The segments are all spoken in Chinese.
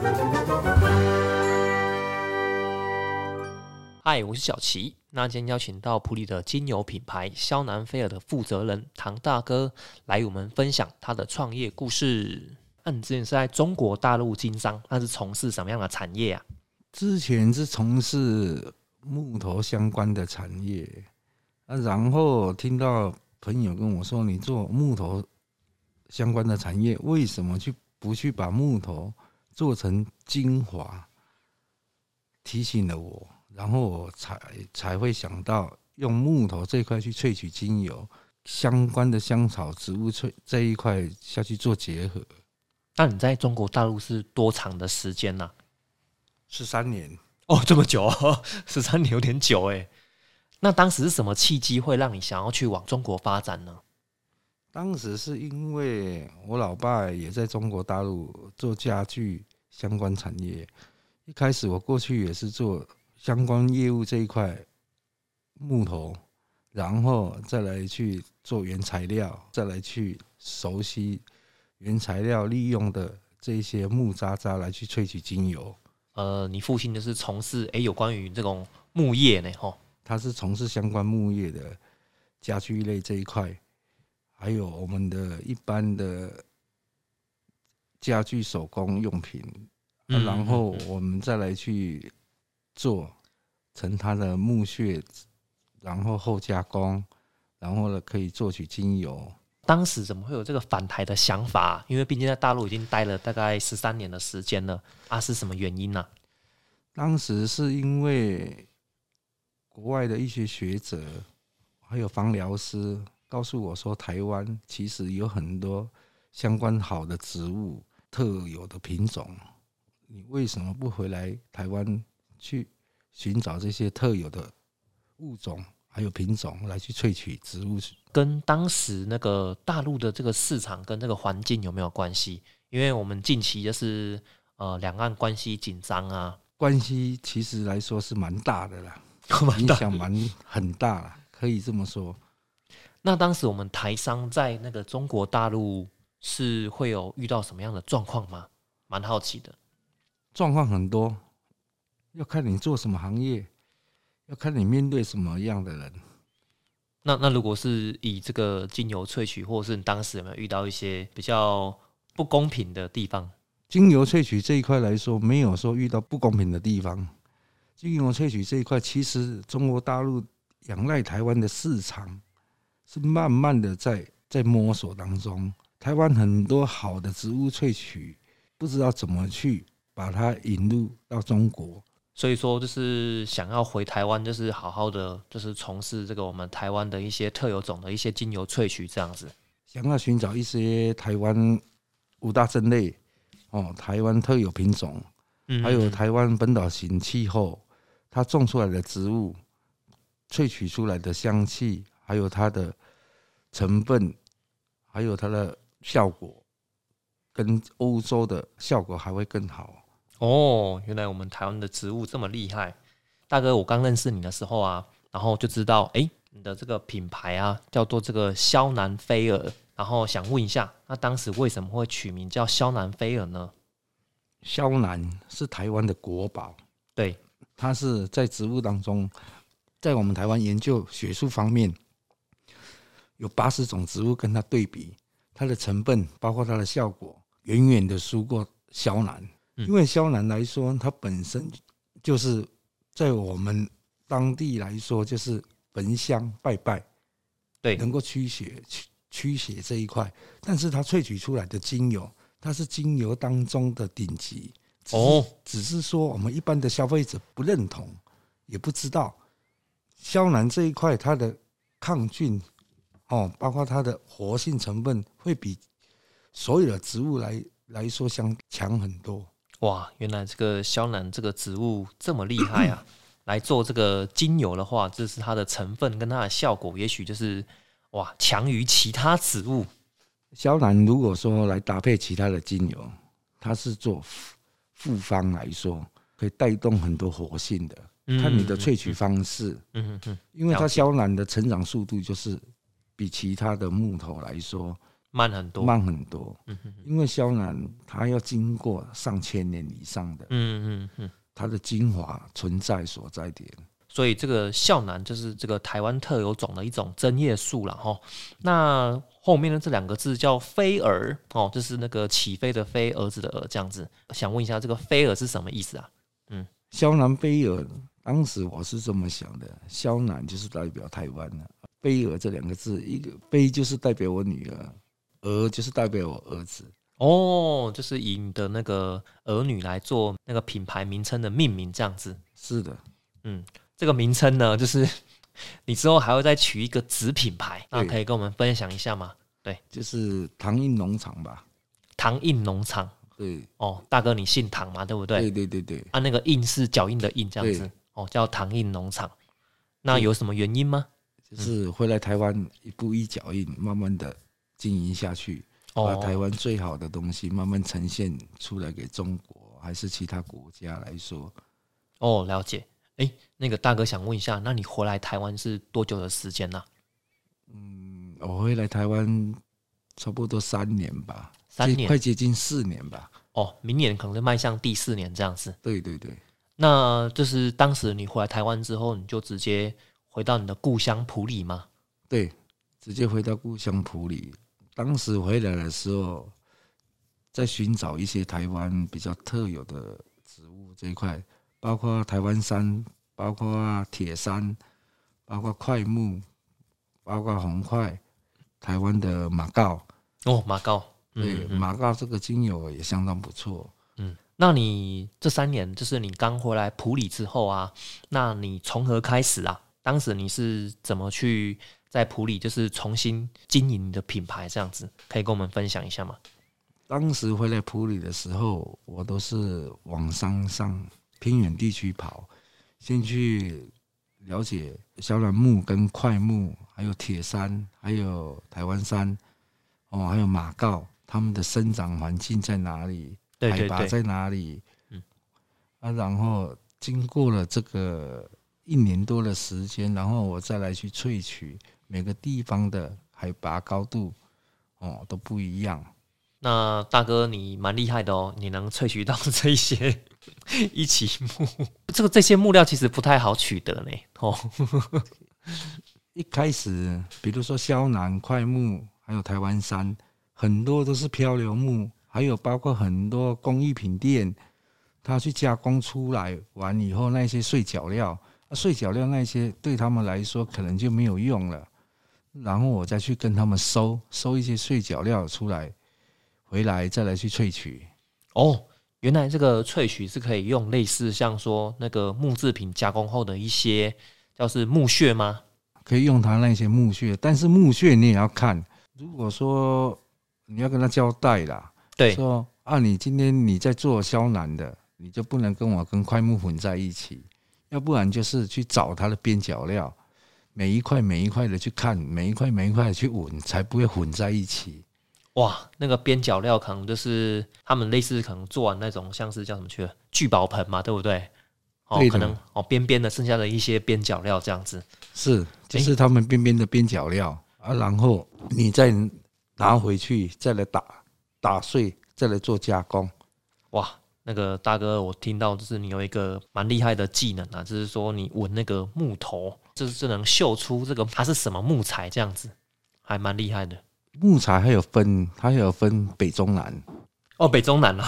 嗨，我是小齐。那今天邀请到埔里的精油品牌萧南菲尔的负责人唐大哥来与我们分享他的创业故事。那你之前是在中国大陆经商，那是从事什么样的产业啊？ 之前是从事木头相关的产业，然后听到朋友跟我说，你做木头相关的产业，为什么不去把木头做成精华？提醒了我，然后我才会想到用木头这一块去萃取精油，相关的香草植物这一块下去做结合。 那你在中国大陆是多长的时间呢 ？13年哦，这么久哦，13年有点久哎。那当时是什么契机会让你想要去往中国发展呢？ 当时是因为我老爸也在中国大陆做家具相关产业，一开始我过去也是做相关业务这一块木头，然后再来去做原材料，再来去熟悉原材料利用的这些木渣渣来去萃取精油。 你父亲就是从事有关于这种木业呢， 他是从事相关木业的家具类这一块，还有我们的一般的家具手工用品，然后我们再来去做成它的木屑，然后后加工，然后呢可以做取精油。 当时怎么会有这个返台的想法啊？因为毕竟在大陆已经待了大概13年的时间了啊，是什么原因呢？ 当时是因为国外的一些学者还有芳疗师告诉我说，台湾其实有很多相关好的植物特有的品种，你为什么不回来台湾去寻找这些特有的物种还有品种来去萃取植物？ 跟当时那个大陆的这个市场跟这个环境有没有关系？因为我们近期就是两岸关系紧张啊， 关系其实来说是蛮大的啦，影响很大啦，可以这么说。 那当时我们台商在那个中国大陆是会有遇到什么样的状况吗？蛮好奇的。 状况很多，要看你做什么行业，要看你面对什么样的人。 那如果是以这个精油萃取，或者是你当时有没有遇到一些比较不公平的地方？ 精油萃取这一块来说，没有说遇到不公平的地方。精油萃取这一块，其实中国大陆仰赖台湾的市场，是慢慢的在摸索当中。台湾很多好的植物萃取，不知道怎么去把它引入到中国。 所以说，就是想要回台湾，就是好好的，就是从事这个我们台湾的一些特有种的一些精油萃取，这样子。 想要寻找一些台湾5大珍类，台湾特有品种，还有台湾本岛型气候，它种出来的植物萃取出来的香气，还有它的成分，还有它的效果，跟欧洲的效果还会更好。 哦，原来我们台湾的植物这么厉害。大哥，我刚认识你的时候啊，然后就知道你的这个品牌啊叫做这个萧南菲尔，然后想问一下，那当时为什么会取名叫萧南菲尔呢？ 萧南是台湾的国宝， 对， 它是在植物当中，在我们台湾研究学术方面有80种植物跟它对比，它的成分包括它的效果远远的输过萧南。因为萧南来说，它本身就是在我们当地来说，就是焚香拜拜， 对， 能够驱邪这一块。但是它萃取出来的精油，它是精油当中的顶级。只是说我们一般的消费者不认同，也不知道萧南这一块它的抗菌包括它的活性成分会比所有的植物来说强很多。 哇，原来这个萧南这个植物这么厉害啊！来做这个精油的话，这是它的成分跟它的效果，也许就是强于其他植物。 萧南如果说来搭配其他的精油，它是做复方来说，可以带动很多活性的。看你的萃取方式，因为它萧南的成长速度就是比其他的木头来说慢很多， 慢很多。因为萧楠它要经过上千年以上的，它的精华存在所在点。 所以这个孝楠就是这个台湾特有种的一种针叶树了哈。那后面的这2个字叫飞儿哦，就是那个起飞的飞，儿子的儿这样子。想问一下，这个飞儿是什么意思啊？ 萧楠飞儿，当时我是这么想的，萧楠就是代表台湾了，飞儿这2个字，一个飞就是代表我女儿，儿就是代表我儿子。 哦，就是以你的那个儿女来做那个品牌名称的命名这样子。 是的， 这个名称呢，就是你之后还会再取一个子品牌，那可以跟我们分享一下吗？对， 就是唐印农场吧。 唐印农场。 对， 哦，大哥你姓唐嘛，对不对？ 对。 啊，那个印是脚印的印这样子。哦，叫唐印农场。那有什么原因吗？ 就是回来台湾一步一脚印，慢慢的经营下去，把台湾最好的东西慢慢呈现出来给中国还是其他国家来说。 哦，了解。那个大哥想问一下，那你回来台湾是多久的时间呢？ 我回来台湾差不多3年吧 ，3年， 快接近4年吧。 哦，明年可能就迈向第4年这样子。 对。 那就是当时你回来台湾之后，你就直接回到你的故乡埔里吗？ 对，直接回到故乡埔里。当时回来的时候，在寻找一些台湾比较特有的植物这一块，包括台湾杉，包括铁杉，包括檜木，包括红檜，台湾的马告。 哦，马告。 对，马告这个精油也相当不错。 那你这3年，就是你刚回来埔里之后啊，那你从何开始啊？当时你是怎么去在埔里就是重新经营你的品牌这样子，可以跟我们分享一下吗？ 当时回来埔里的时候，我都是往山上偏远地区跑，先去了解小软木跟檜木，还有铁杉，还有台湾杉，还有马告，它们的生长环境在哪里，海拔在哪里？然后经过了这个1年多的时间，然后我再来去萃取每个地方的海拔高度，都不一样。 那大哥你蛮厉害的哦，你能萃取到这一些一起木，这些木料其实不太好取得呢。 一开始，比如说萧楠、檜木，还有台湾杉，很多都是漂流木，还有包括很多工艺品店，他去加工出来完以后，那些碎角料，碎角料那些对他们来说可能就没有用了，然后我再去跟他们收一些碎角料出来，回来再来去萃取。 哦，原来这个萃取是可以用类似像说那个木制品加工后的一些叫是木屑吗？ 可以用它那些木屑，但是木屑你也要看，如果说你要跟他交代啦， 对， 说你今天你在做萧楠的，你就不能跟我跟檜木混在一起，要不然就是去找它的边角料，每一块每一块的去看，每一块每一块的去闻，才不会混在一起。 哇，那个边角料可能就是他们类似可能做完那种像是叫什么去了聚宝盆嘛，对不对？可能边边的剩下的一些边角料这样子， 是就是他们边边的边角料然后你再拿回去，再来打碎，再来做加工。 哇，那个大哥，我听到就是你有一个蛮厉害的技能啊，就是说你闻那个木头，就是能嗅出这个它是什么木材这样子，还蛮厉害的。 木材还有分北中南。 哦，北中南啊。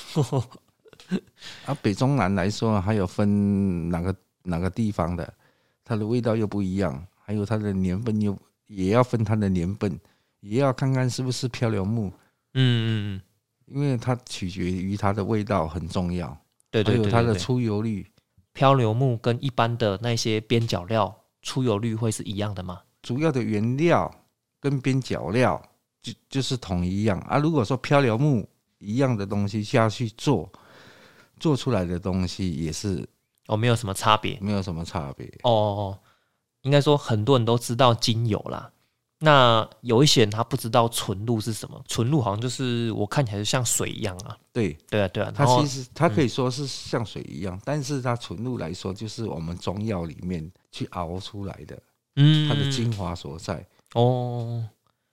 北中南来说，还有分哪个地方的，它的味道又不一样，还有它的年份也要分它的年份，也要看看是不是漂流木。因为它取决于它的味道很重要。对，还有它的出油率。 漂流木跟一般的那些边角料出油率会是一样的吗？ 主要的原料跟边角料就是同一样如果说漂流木一样的东西下去做出来的东西也是没有什么差别， 没有什么差别。 应该说很多人都知道精油啦，那有一些人他不知道纯露是什么。纯露好像就是我看起来就像水一样啊。对啊， 它其实它可以说是像水一样，但是它纯露来说就是我们中药里面去熬出来的，它的精华所在。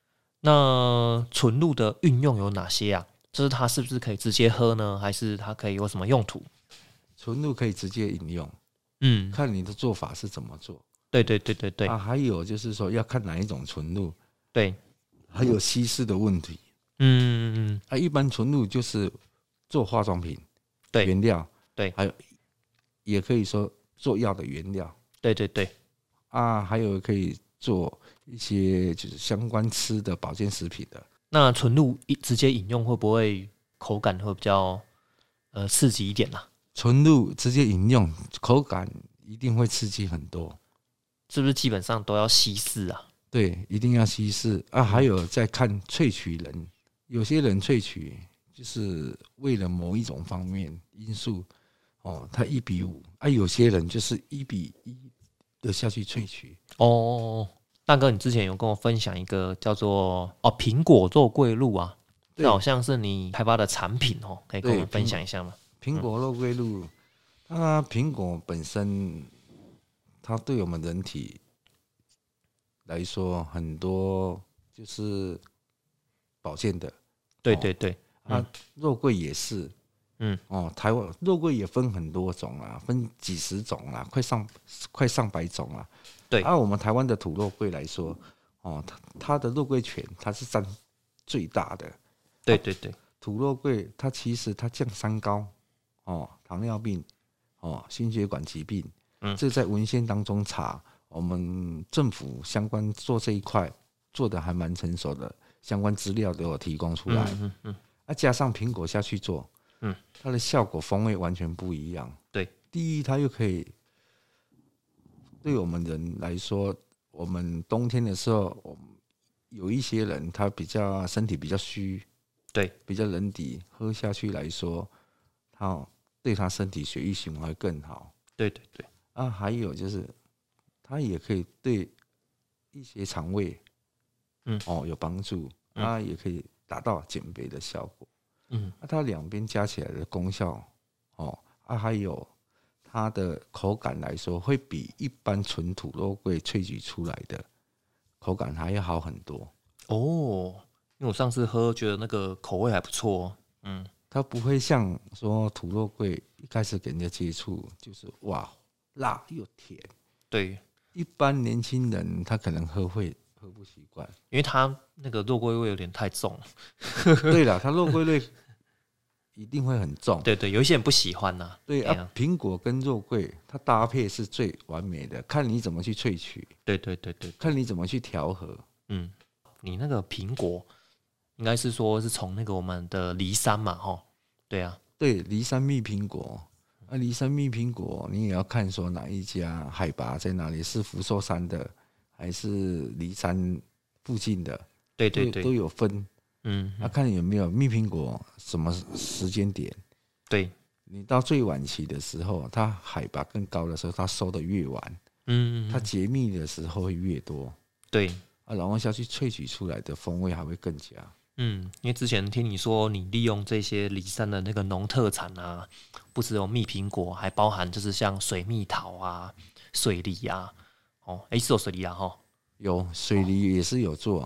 那纯露的运用有哪些啊？就是它是不是可以直接喝呢？还是它可以有什么用途？ 纯露可以直接饮用，看你的做法是怎么做。 对对对对对啊，还有就是说要看哪一种纯露， 对， 还有稀释的问题。一般纯露就是做化妆品对原料， 对， 还有也可以说做药的原料。 对对对啊，还有可以做一些就是相关吃的保健食品的。 那纯露直接饮用会不会口感会比较刺激一点啊？ 纯露直接饮用，口感一定会刺激很多。 是不是基本上都要稀释啊？ 对，一定要稀释啊。还有再看萃取人，有些人萃取就是为了某一种方面因素，哦，他1:5啊，有些人就是1:1的下去萃取。 哦，大哥，你之前有跟我分享一个叫做苹果肉桂露啊，这好像是你开发的产品哦，可以跟我们分享一下吗？ 苹果肉桂露，它苹果本身，它对我们人体来说很多就是保健的。 对对对， 肉桂也是。台湾肉桂也分很多种啦，分几十种啦，快上百种啦。 对， 我们台湾的土肉桂来说，它的肉桂醛它是占最大的。 对对对， 土肉桂它其实它降三高，糖尿病，心血管疾病，这在文献当中查，我们政府相关做这一块做的还蛮成熟的，相关资料都有提供出来。加上苹果下去做。它的效果风味完全不一样。 对， 第一，它又可以对我们人来说，我们冬天的时候，有一些人他身体比较虚， 对， 比较冷底，喝下去来说，他对他身体血液循环更好。 对对对。 还有就是它也可以对一些肠胃有帮助，也可以达到减肥的效果。它两边加起来的功效，还有它的口感来说，会比一般纯土肉桂萃取出来的口感还要好很多。 因为我上次喝觉得那个口味还不错。 它不会像说土肉桂一开始给人家接触就是哇辣又甜。 对， 一般年轻人他可能喝不习惯， 因为它那个肉桂味有点太重。 对了，它肉桂味一定会很重。 对对，有一些人不喜欢呐。 对啊，苹果跟肉桂它搭配是最完美的，看你怎么去萃取。 对对对对， 看你怎么去调和。 你那个苹果应该是说是从那个我们的梨山嘛，吼。对啊， 对，梨山蜜苹果。梨山蜜苹果你也要看说哪一家海拔在哪里，是福寿山的还是梨山附近的。 对对对， 都有分。看有没有蜜苹果什么时间点。 对， 你到最晚期的时候，它海拔更高的时候，它收的越晚，它结蜜的时候会越多。 对， 然后下去萃取出来的风味还会更佳。 因为之前听你说你利用这些梨山的那个农特产啊，不只有蜜苹果，还包含就是像水蜜桃啊、水梨啊。是有水梨啊， 有水梨也是有做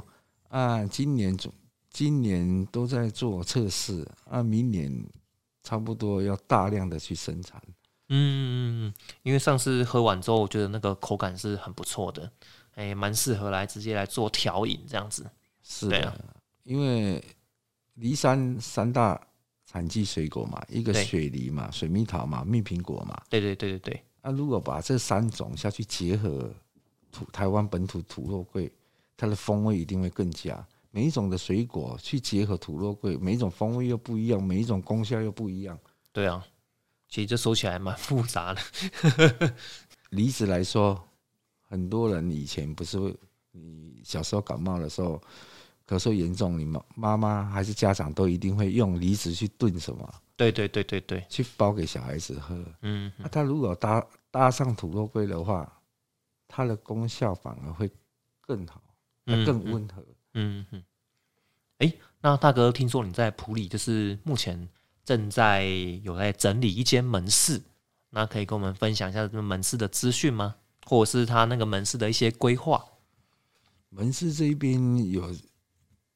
今年都在做测试明年差不多要大量的去生产。 因为上次喝完之后，我觉得那个口感是很不错的，蛮适合直接来做调饮这样子。 是的，因为梨山三大产季水果嘛，一个水梨嘛，水蜜桃嘛，蜜苹果嘛。 对对对对对。 如果把这3种下去结合，台湾本土土肉桂，它的风味一定会更佳。每一种的水果去结合土肉桂，每一种风味又不一样，每一种功效又不一样。 对啊，其实这说起来蛮复杂的。 梨子来说，很多人以前不是你小时候感冒的时候，咳嗽严重，你妈妈还是家长都一定会用梨子去炖什么？ 对对对对对， 去包给小孩子喝。它如果搭上土肉桂的话，它的功效反而会更好，更温和。 那大哥，听说你在埔里就是目前正在整理一间门市，那可以跟我们分享一下这个门市的资讯吗？或者是他那个门市的一些规划？ 门市这一边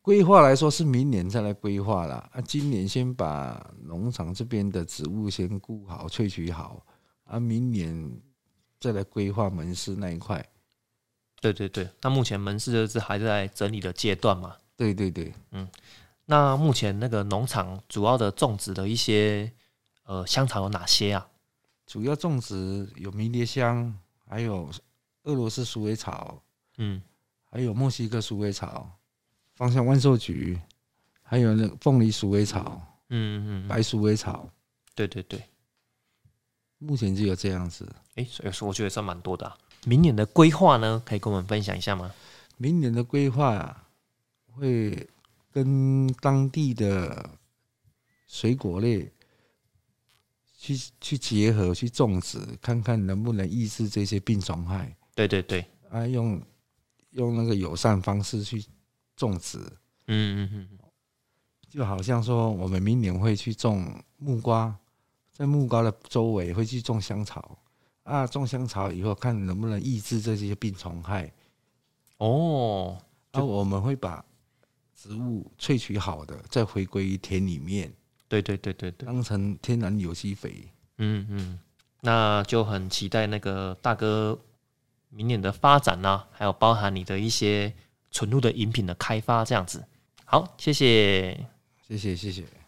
规划来说是明年再来规划啦。今年先把农场这边的植物先顾好、萃取好，明年再来规划门市那一块。 对对对，那目前门市就是还在整理的阶段嘛。 对对对， 那目前那个农场主要的种植的一些香草有哪些啊？ 主要种植有迷迭香，还有俄罗斯鼠尾草，还有墨西哥鼠尾草、芳香万寿菊，还有那个凤梨鼠尾草，白鼠尾草。 对对对， 目前就有这样子。 所以我觉得算蛮多的啊。明年的规划呢，可以跟我们分享一下吗？ 明年的规划会跟当地的水果类去结合去种植，看看能不能抑制这些病虫害。 对对对， 用那个友善方式去种植。就好像说我们明年会去种木瓜，在木瓜的周围会去种香草种香草以后看能不能抑制这些病虫害。我们会把植物萃取好的再回归于田里面。 对对对对对， 当成天然有机肥。 那就很期待那个大哥明年的发展啊，还有包含你的一些纯露的饮品的开发这样子。好，谢谢， 谢谢。